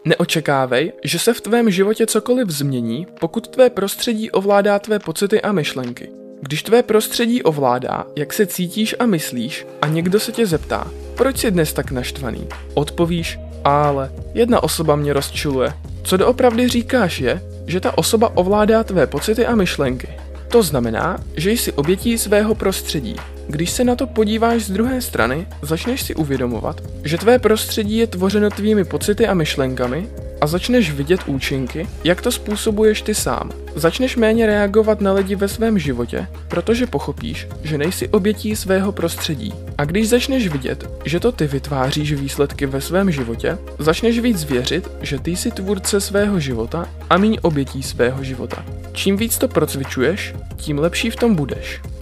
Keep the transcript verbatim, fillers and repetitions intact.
Neočekávej, že se v tvém životě cokoliv změní, pokud tvé prostředí ovládá tvé pocity a myšlenky. Když tvé prostředí ovládá, jak se cítíš a myslíš, a někdo se tě zeptá, proč jsi dnes tak naštvaný, odpovíš, ale jedna osoba mě rozčiluje. Co doopravdy říkáš je, že ta osoba ovládá tvé pocity a myšlenky. To znamená, že jsi obětí svého prostředí. Když se na to podíváš z druhé strany, začneš si uvědomovat, že tvé prostředí je tvořeno tvými pocity a myšlenkami a začneš vidět účinky, jak to způsobuješ ty sám. Začneš méně reagovat na lidi ve svém životě, protože pochopíš, že nejsi obětí svého prostředí. A když začneš vidět, že to ty vytváříš výsledky ve svém životě, začneš víc věřit, že ty jsi tvůrce svého života a míň obětí svého života. Čím víc to procvičuješ, tím lepší v tom budeš.